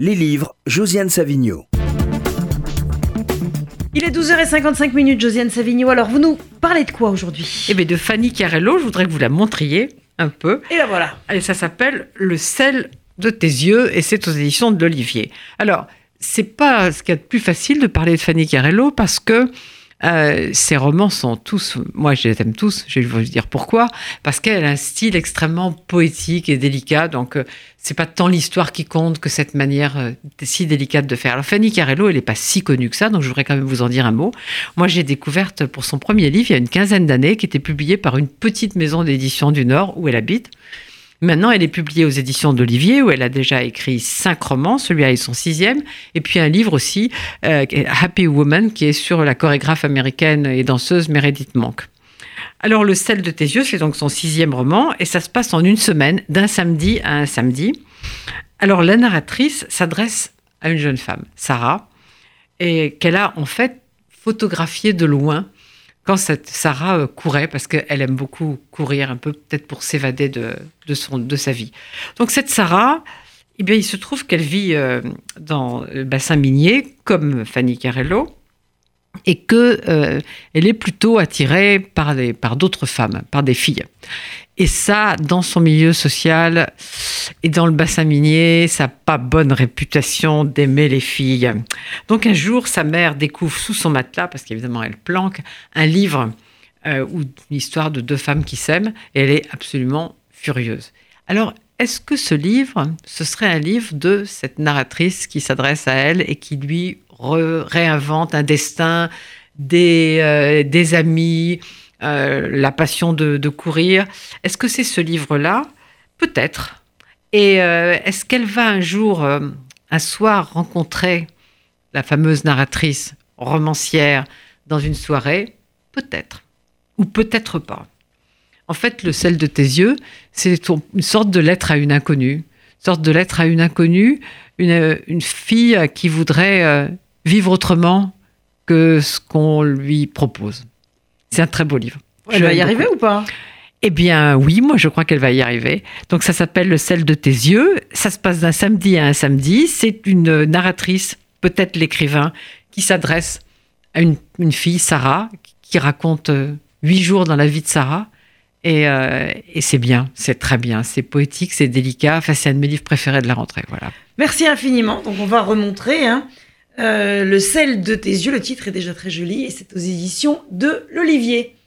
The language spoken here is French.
Les livres, Josiane Savigno. Il est 12h55, Josiane Savigno. Alors, vous nous parlez de quoi aujourd'hui ? Eh bien, de Fanny Carello, je voudrais que vous la montriez un peu. Et la voilà. Et ça s'appelle Le sel de tes yeux et c'est aux éditions de l'Olivier. Alors, c'est pas ce qu'il y a de plus facile de parler de Fanny Carello parce que ses romans sont tous, moi je les aime tous, je vais vous dire pourquoi, parce qu'elle a un style extrêmement poétique et délicat, donc c'est pas tant l'histoire qui compte que cette manière si délicate de faire. Alors Fanny Carello, elle n'est pas si connue que ça, donc je voudrais quand même vous en dire un mot. Moi j'ai découverte pour son premier livre il y a une quinzaine d'années, qui était publié par une petite maison d'édition du Nord où elle habite. Maintenant, elle est publiée aux éditions d'Olivier, où elle a déjà écrit 5 romans, celui-là est son 6e, et puis un livre aussi, Happy Woman, qui est sur la chorégraphe américaine et danseuse Meredith Monk. Alors, Le sel de tes yeux, c'est donc son 6e roman, et ça se passe en une semaine, d'un samedi à un samedi. Alors, la narratrice s'adresse à une jeune femme, Sarah, et qu'elle a en fait photographiée de loin, quand cette Sarah courait, parce qu'elle aime beaucoup courir, un peu peut-être pour s'évader de sa vie. Donc cette Sarah, eh bien, il se trouve qu'elle vit dans le bassin minier, comme Fanny Carello, et qu'elle est plutôt attirée par d'autres femmes, par des filles. Et ça, dans son milieu social et dans le bassin minier, ça n'a pas bonne réputation d'aimer les filles. Donc un jour, sa mère découvre sous son matelas, parce qu'évidemment elle planque, un livre ou une histoire de 2 femmes qui s'aiment, et elle est absolument furieuse. Alors, est-ce que ce livre, ce serait un livre de cette narratrice qui s'adresse à elle et qui lui réinvente un destin, des amis, la passion de courir. Est-ce que c'est ce livre-là ? Peut-être. Et est-ce qu'elle va un jour, un soir, rencontrer la fameuse narratrice romancière dans une soirée ? Peut-être. Ou peut-être pas. En fait, Le sel de tes yeux, c'est une sorte de lettre à une inconnue. Une fille qui voudrait vivre autrement que ce qu'on lui propose. C'est un très beau livre. Elle va y arriver ou pas ? Eh bien, oui, moi, je crois qu'elle va y arriver. Donc, ça s'appelle Le sel de tes yeux. Ça se passe d'un samedi à un samedi. C'est une narratrice, peut-être l'écrivain, qui s'adresse à une fille, Sarah, qui raconte 8 jours dans la vie de Sarah. Et c'est bien, c'est très bien. C'est poétique, c'est délicat. Enfin, c'est un de mes livres préférés de la rentrée. Voilà. Merci infiniment. Donc, on va remontrer Le sel de tes yeux. Le titre est déjà très joli et c'est aux éditions de l'Olivier.